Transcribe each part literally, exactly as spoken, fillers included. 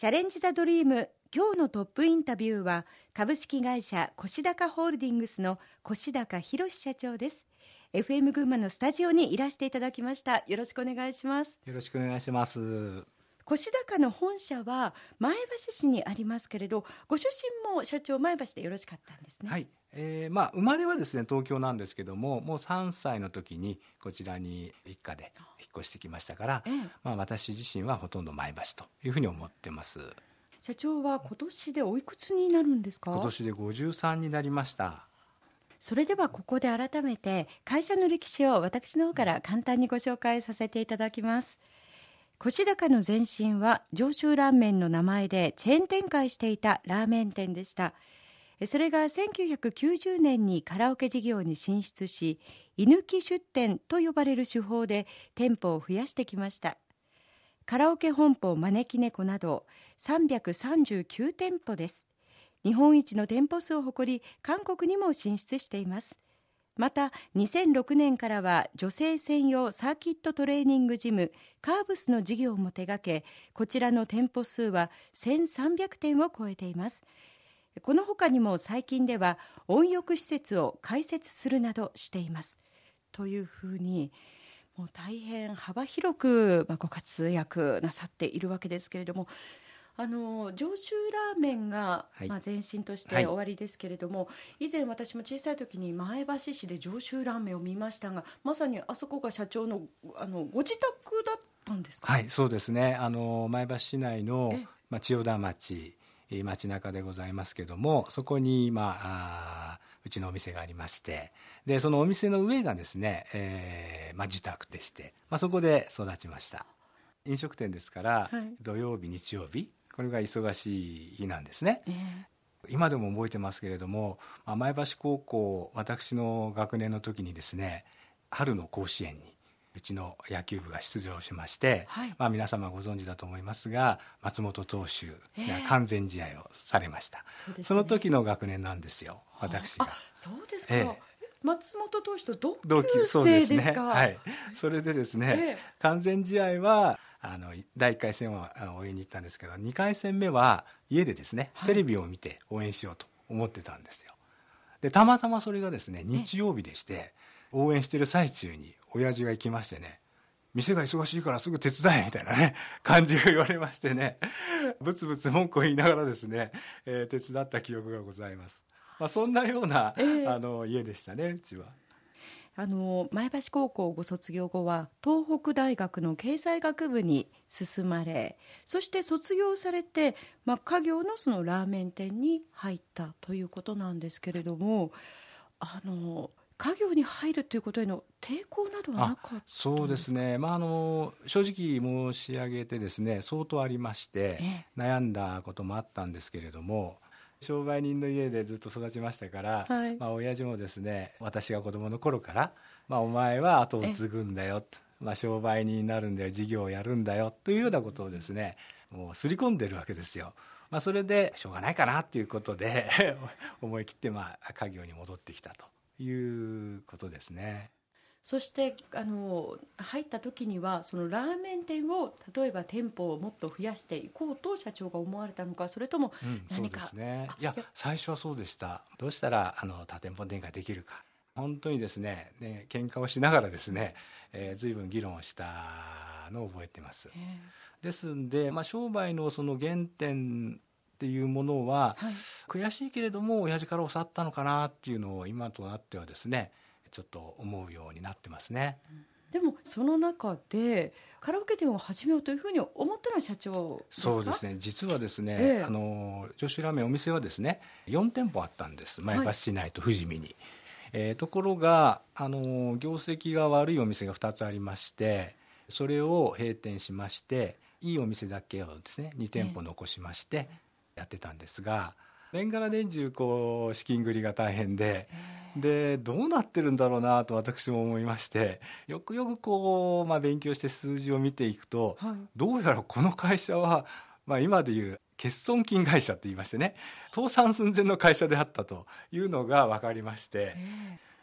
チャレンジザドリーム、今日のトップインタビューは株式会社越高ホールディングスの越高博社長です。 エフエム 群馬のスタジオにいらしていただきました。よろしくお願いします。 よろしくお願いします。 越高の本社は前橋市にありますけれど、ご出身も社長前橋でよろしかったんですね。 はい、えーまあ、生まれはですね東京なんですけども、もうさんさいの時にこちらに一家で引っ越してきましたから、ええまあ、私自身はほとんど前橋というふうに思ってます。 社長は今年でおいくつになるんですか？ 今年でごじゅうさんになりました。 それではここで改めて会社の歴史を私の方から簡単にご紹介させていただきます。越高の前身は上州ラーメンの名前でチェーン展開していたラーメン店でした。それがせんきゅうひゃくきゅうじゅうねんにカラオケ事業に進出し、居抜き出店と呼ばれる手法で店舗を増やしてきました。カラオケ本舗招き猫などさんびゃくさんじゅうきゅうてんぽです。日本一の店舗数を誇り、韓国にも進出しています。またにせんろくねんからは女性専用サーキットトレーニングジムカーブスの事業も手掛け、こちらの店舗数はせんさんびゃくてんを超えています。この他にも最近では温浴施設を開設するなどしています。というふうにもう大変幅広くご活躍なさっているわけですけれども、あの上州ラーメンが、はいまあ、前身として終わりですけれども、はい、以前私も小さい時に前橋市で上州ラーメンを見ましたが、まさにあそこが社長の、あのご自宅だったんですか？ はい、そうですね。あの前橋市内の、まあ、千代田町街中でございますけども、そこに、まあ、あうちのお店がありまして、でそのお店の上がですね、えーまあ、自宅でして、まあ、そこで育ちました。飲食店ですから、はい、土曜日日曜日これが忙しい日なんですね、えー、今でも覚えてますけれども、まあ、前橋高校私の学年の時にですね、春の甲子園にうちの野球部が出場しまして、はいまあ、皆様ご存知だと思いますが、松本投手が完全試合をされました、えー そ, ね、その時の学年なんですよ、私が。 あ、そうですか、えー松本投手と同同級生ですか？そうですね、 はい、それでですね、えー、完全試合はあのだいいっかい戦は応援に行ったんですけど、にかい戦目は家でですね、はい、テレビを見て応援しようと思ってたんですよ。でたまたまそれがですね日曜日でして、応援してる最中に親父が行きましてね、店が忙しいからすぐ手伝えみたいなね感じを言われましてね、ブツブツ文句を言いながらですね、えー、手伝った記憶がございます。まあ、そんなような、えー、あの家でしたね、うちは。 あの前橋高校をご卒業後は東北大学の経済学部に進まれ、そして卒業されて、まあ、家業のそのラーメン店に入ったということなんですけれども、あの家業に入るということへの抵抗などはなかったんですか？ そうですね、まあ、あの正直申し上げてですね、相当ありまして、ええ、悩んだこともあったんですけれども、商売人の家でずっと育ちましたから、はいまあ、親父もですね、私が子供の頃から、まあ、お前は後を継ぐんだよと、まあ、商売人になるんだよ、事業をやるんだよというようなことをですね、もう刷り込んでるわけですよ。まあ、それでしょうがないかなということで思い切って、まあ、家業に戻ってきたということですね。 そしてあの入った時にはそのラーメン店を例えば店舗をもっと増やしていこうと社長が思われたのか、それとも何か、 うん、そうですね、いや最初はそうでした。どうしたらあの多店舗展開できるか、本当にですね、ね喧嘩をしながらですね、えー、随分議論をしたのを覚えてます。ですんで、まあ、商売のその原点っていうものは、はい、悔しいけれども親父から教わったのかなっていうのを今となってはですねちょっと思うようになってますね。 でもその中でカラオケ店を始めようというふうに思ったのは社長ですか？ そうですね、実はですね、ええ、あの上州ラーメンお店はですねよんてんぽあったんです、前橋市内と富士見に、はいえー、ところがあの業績が悪いお店がふたつありまして、それを閉店しまして、いいお店だけをですねにてんぽ残しましてやってたんですが、年がら年中こう資金繰りが大変で、でどうなってるんだろうなと私も思いまして、よくよくこう、まあ、勉強して数字を見ていくと、はい、どうやらこの会社は、まあ、今でいう欠損金会社といいましてね、倒産寸前の会社であったというのが分かりまして、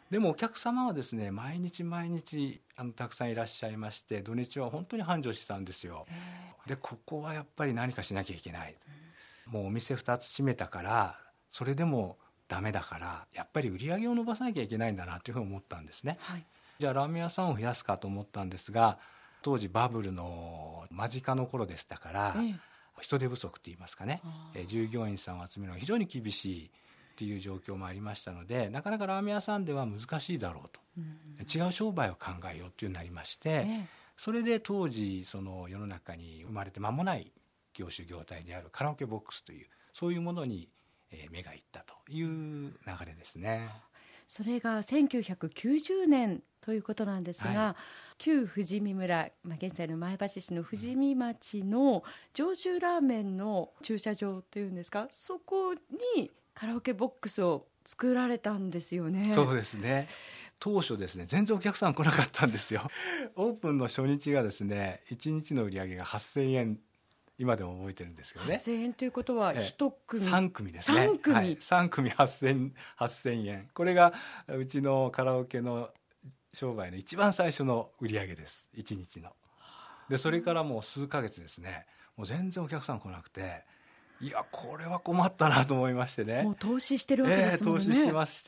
でもお客様はですね毎日毎日あのたくさんいらっしゃいまして、土日は本当に繁盛してたんですよ。でここはやっぱり何かしなきゃいけない、うん、もうお店ふたつ閉めたからそれでもダメだからやっぱり売り上げを伸ばさなきゃいけないんだなというふうに思ったんですね、はい、じゃあラーメン屋さんを増やすかと思ったんですが、当時バブルの間近の頃でしたから、ええ、人手不足といいますかね、え従業員さんを集めるのが非常に厳しいっていう状況もありましたので、なかなかラーメン屋さんでは難しいだろうと、うん、違う商売を考えようというようになりまして、ええ、それで当時その世の中に生まれて間もない業種業態であるカラオケボックスというそういうものに目がいったという流れですね。 それがせんきゅうひゃくきゅうじゅうねんということなんですが、はい、旧富士見村、まあ、現在の前橋市の富士見町の上州ラーメンの駐車場というんですか、そこにカラオケボックスを作られたんですよね。 そうですね。当初ですね全然お客さん来なかったんですよ。オープンの初日がですねいちにちの売り上げがはっせんえん、今でも覚えてるんですけどね。 はっせんえんということはいち組、 ええ、さん組ですね。 さん組、 はい、さん組はっせんえん、これがうちのカラオケの商売の一番最初の売り上げです、いちにちの。でそれからもう数ヶ月ですねもう全然お客さん来なくて、いやこれは困ったなと思いましてね。 もう投資してるわけですもんね、 えー、投資してまして、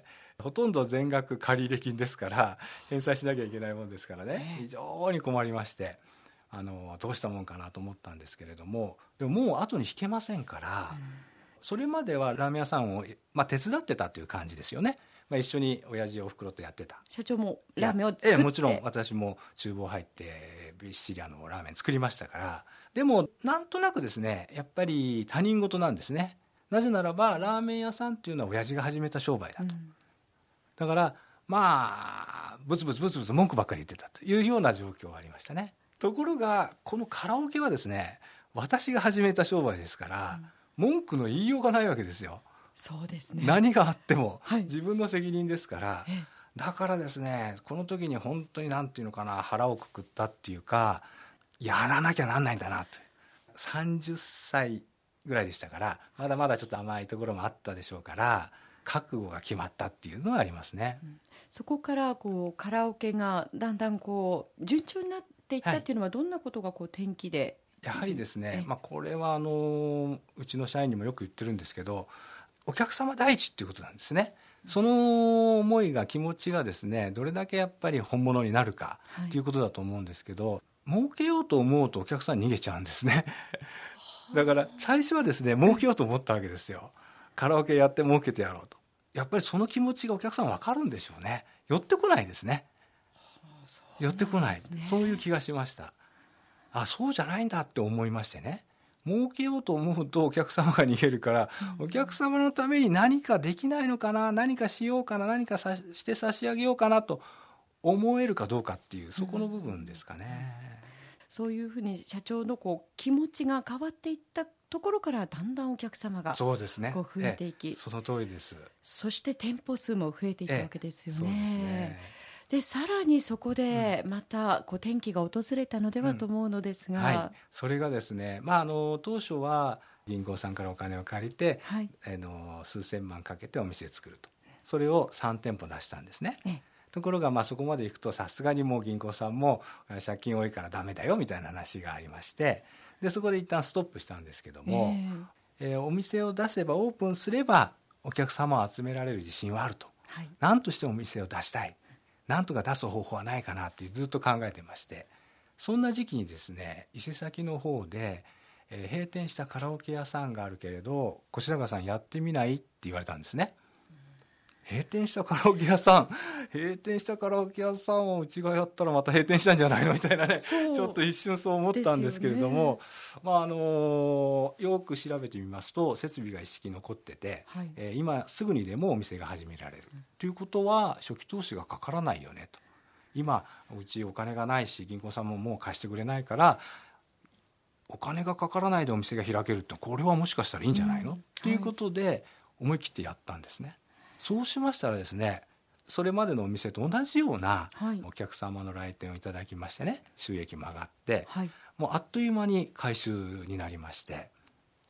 ほとんど全額借入金ですから返済しなきゃいけないもんですからね、非常に困りまして、あのどうしたもんかなと思ったんですけれども、でももう後に引けませんから、うん、それまではラーメン屋さんを、まあ、手伝ってたという感じですよね。まあ、一緒に親父おふくろとやってた。 社長もラーメンを作って、ええ、 もちろん私も厨房入ってびっしりあのラーメン作りましたから。でもなんとなくですねやっぱり他人事なんですね。なぜならばラーメン屋さんっていうのは親父が始めた商売だと、うん、だからまあブツブツブツブツ文句ばっかり言ってたというような状況がありましたね。ところがこのカラオケはですね私が始めた商売ですから、うん、文句の言いようがないわけですよ。 そうですね、 何があっても自分の責任ですから、はい、だからですねこの時に本当に何ていうのかな腹をくくったっていうか、やらなきゃなんないんだなと。さんじゅっさいぐらいでしたからまだまだちょっと甘いところもあったでしょうから覚悟が決まったっていうのはありますね、うん、 そこからこうカラオケがだんだんこう順調になっていったっていうのはどんなことがこう転機で、 はい、やはりですね、まあ、これはあのうちの社員にもよく言ってるんですけど、お客様第一っていうことなんですね。その思いが気持ちがですねどれだけやっぱり本物になるかということだと思うんですけど、はい、儲けようと思うとお客さん逃げちゃうんですねだから最初はですね儲けようと思ったわけですよ。カラオケやって儲けてやろうと。やっぱりその気持ちがお客さん分かるんでしょうね。寄ってこないですね。寄ってこない、そういう気がしました。あ、そうじゃないんだって思いましてね、儲けようと思うとお客様が逃げるから、うん、お客様のために何かできないのかな、何かしようかな、何かさして差し上げようかなと思えるかどうかっていうそこの部分ですかね、うん、 そういうふうに社長のこう気持ちが変わっていったところからだんだんお客様がこう増えていき、 その通りです。 そして店舗数も増えていったわけですよね。 そうですね。 でさらにそこでまたこう転機が訪れたのではと思うのですが、うんはい、それがですね、まあ、あの当初は銀行さんからお金を借りて、はい、あの数千万かけてお店を作ると、それをさん店舗出したんですね。ええ、ところがまあそこまでいくとさすがにもう銀行さんも借金多いからダメだよみたいな話がありまして、でそこで一旦ストップしたんですけども、えーえー、お店を出せばオープンすればお客様を集められる自信はあると、はい、何としてもお店を出したい、なんとか出す方法はないかなってずっと考えてまして、そんな時期にですね伊勢崎の方で、えー、閉店したカラオケ屋さんがあるけれど越高さんやってみないって言われたんですね。閉店したカラオケ屋さん閉店したカラオケ屋さんをうちがやったらまた閉店したんじゃないのみたいなね、ちょっと一瞬そう思ったんですけれども、ね、まああのー、よく調べてみますと設備が一式残ってて、はい、えー、今すぐにでもお店が始められる、うん、ということは初期投資がかからないよねと。今うちお金がないし銀行さんももう貸してくれないからお金がかからないでお店が開けるってこれはもしかしたらいいんじゃないの、うん、ということで思い切ってやったんですね。そうしましたらですねそれまでのお店と同じようなお客様の来店をいただきましてね、収益も上がって、はい、もうあっという間に回収になりまして、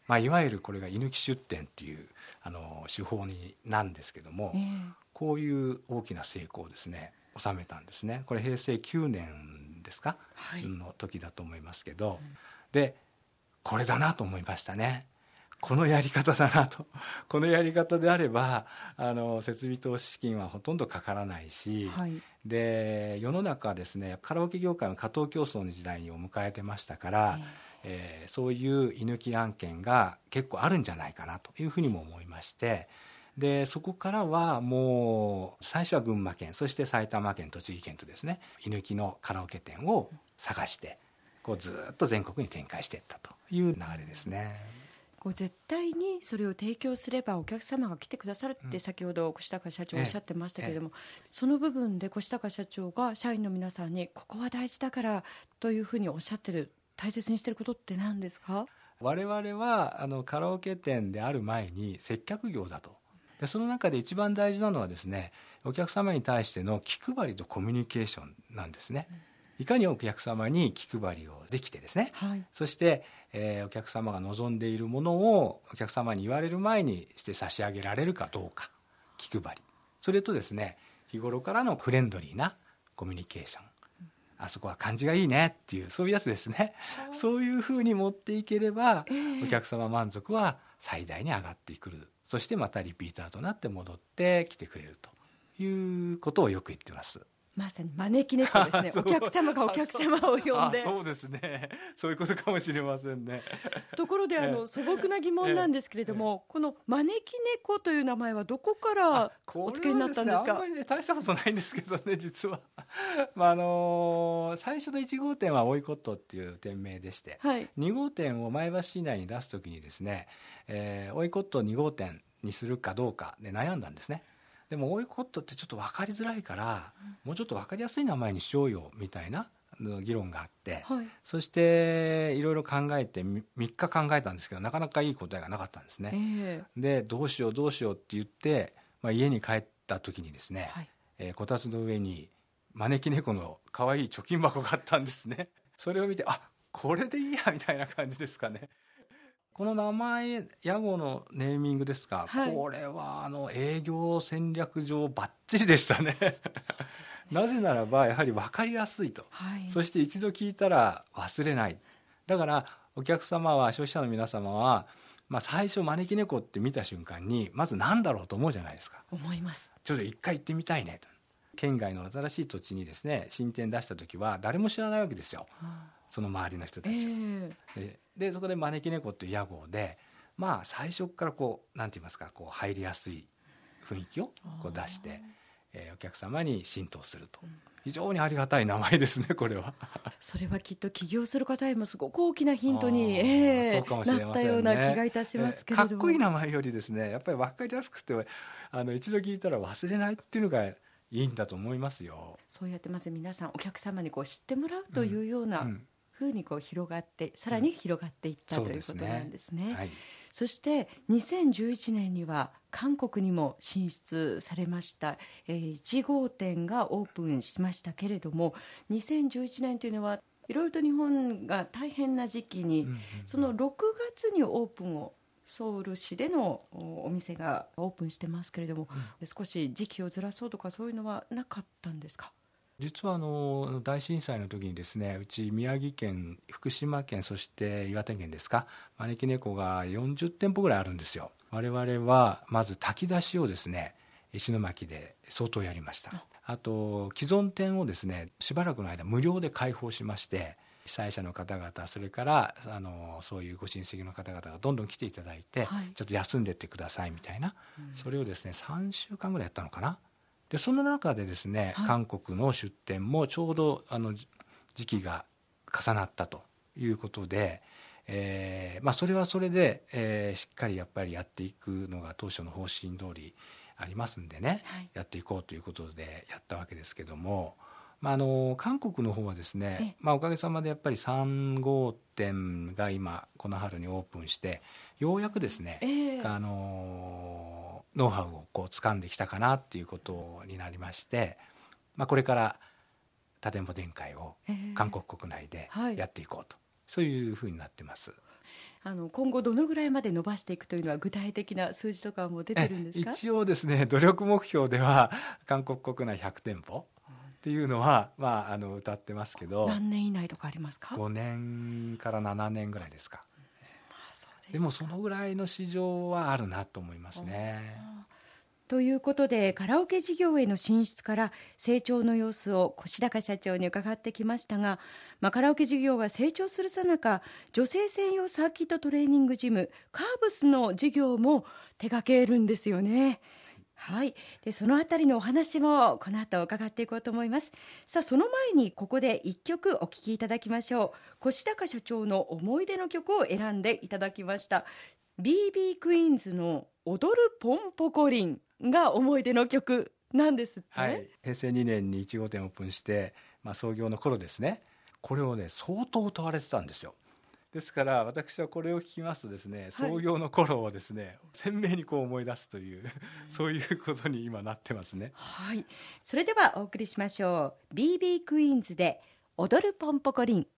まあ、いわゆるこれが居抜き出店っていうあの手法になんですけども、 えー、 こういう大きな成功をですね収めたんですね。これへいせいきゅうねんですか、はい、の時だと思いますけど、うん、でこれだなと思いましたね。このやり方だなと。このやり方であればあの設備投資資金はほとんどかからないし、はい、で世の中ですねカラオケ業界は過当競争の時代を迎えてましたから、えーえー、そういう居抜き案件が結構あるんじゃないかなというふうにも思いまして、でそこからはもう最初は群馬県、そして埼玉県、栃木県とですね居抜きのカラオケ店を探してこうずっと全国に展開していったという流れですね。 こう絶対にそれを提供すればお客様が来てくださるって先ほど越高社長おっしゃってましたけれども、ええ、その部分で越高社長が社員の皆さんにここは大事だからというふうにおっしゃってる、大切にしていることって何ですか？ 我々はあのカラオケ店である前に接客業だと。でその中で一番大事なのはですねお客様に対しての気配りとコミュニケーションなんですね。いかにお客様に気配りをできてですね、はい、そして、えー、お客様が望んでいるものをお客様に言われる前にして差し上げられるかどうか、気配り、それとですね日頃からのフレンドリーなコミュニケーション、あそこは感じがいいねっていうそういうやつですね。そういうふうに持っていければ、えー、お客様満足は最大に上がってくる。そしてまたリピーターとなって戻ってきてくれるということをよく言ってます。 まさに招き猫ですね。お客様がお客様を呼んで。 そうですね。そういうことかもしれませんね。 ところであの素朴な疑問なんですけれども、この招き猫という名前はどこからお付けになったんですか？ これはですね、あんまりね大したことないんですけどね、実は。まああの最初のいち号店はオイコットっていう店名でして、はい、に号店を前橋市内に出すときにですね、えー、オイコットに号店にするかどうかで悩んだんですね。でもオイコットってちょっと分かりづらいから、うん、もうちょっと分かりやすい名前にしようよみたいな議論があって、はい、そしていろいろ考えてみっか考えたんですけどなかなかいい答えがなかったんですね、えー、でどうしようどうしようって言って、まあ、家に帰った時にですね、はい、えー、こたつの上に招き猫の可愛い貯金箱があったんですね。それを見てあこれでいいやみたいな感じですかね。この名前屋号のネーミングですが、はい、これはあの営業戦略上バッチリでしたね。そうですね。なぜならばやはり分かりやすいと、はい、そして一度聞いたら忘れない。だからお客様は消費者の皆様は、まあ、最初招き猫って見た瞬間にまず何だろうと思うじゃないですか。 思います。 ちょっと一回行ってみたいねと。県外の新しい土地にですね新店出した時は誰も知らないわけですよ、うん、その周りの人たちを、えー、で, でそこで招き猫っていう屋号で、まあ最初からこうなんて言いますかこう入りやすい雰囲気をこう出して、えー、お客様に浸透すると、うん、非常にありがたい名前ですねこれは。それはきっと起業する方へもすごく大きなヒントに、えー、そうかもしれませんね、なったような気がいたしますけれども、 えー、かっこいい名前よりですねやっぱり分かりやすくてあの一度聞いたら忘れないっていうのがいいんだと思いますよ。 そうやってまず皆さんお客様にこう知ってもらうというようなふうにこう広がって、うん、さらに広がっていった、うん、ということなんですね、はい、そしてにせんじゅういちねんには韓国にも進出されました、えー、いち号店がオープンしましたけれどもにせんじゅういちねんというのはいろいろと日本が大変な時期に、うんうんうん、そのろくがつにオープンをソウル市でのお店がオープンしてますけれども、うん、少し時期をずらそうとかそういうのはなかったんですか？ 実はあの大震災の時にですねうち宮城県福島県そして岩手県ですか招き猫がよんじゅってんぽぐらいあるんですよ。我々はまず炊き出しをですね石巻で相当やりました。あと既存店をですねしばらくの間無料で開放しまして被災者の方々それからあのそういうご親戚の方々がどんどん来ていただいて、はい、ちょっと休んでってくださいみたいな、うん、それをですねさんしゅうかんぐらいやったのかな。でその中でですね、はい、韓国の出店もちょうどあの時期が重なったということで、えーまあ、それはそれで、えー、しっかりやっぱりやっていくのが当初の方針通りありますんでね、はい、やっていこうということでやったわけですけども、まあ、あの韓国の方はですね、まあ、おかげさまでやっぱりさん号店が今この春にオープンしてようやくですね、えー、あのノウハウをこう掴んできたかなっていうことになりまして、まあ、これから多店舗展開を韓国国内でやっていこうと、えーはい、そういうふうになってます。 あの今後どのぐらいまで伸ばしていくというのは具体的な数字とかも出てるんですか？ 一応ですね、努力目標では韓国国内ひゃくてんぽっていうのは、まあ、あの歌ってますけど、 何年以内とかありますか？ ごねんからななねんぐらいですか。 まあそうですか。 でもそのぐらいの市場はあるなと思いますね。 ということで、カラオケ事業への進出から成長の様子を越高社長に伺ってきましたが、まあ、カラオケ事業が成長するさなか、女性専用サーキットトレーニングジムカーブスの事業も手掛けるんですよね。はい、でそのあたりのお話もこの後伺っていこうと思います。さあ、その前にここで一曲お聴きいただきましょう。越高社長の思い出の曲を選んでいただきました。 ビービー クイーンズの踊るポンポコリンが思い出の曲なんですって。 はい、へいせいにねんにいち号店オープンして、まあ、創業の頃ですね、これをね相当歌われてたんですよ。ですから私はこれを聞きますとですね、創業の頃をですね、鮮明にこう思い出すというそういうことに今なってますね。 はい、それではお送りしましょう。 ビービー クイーンズで踊るポンポコリン。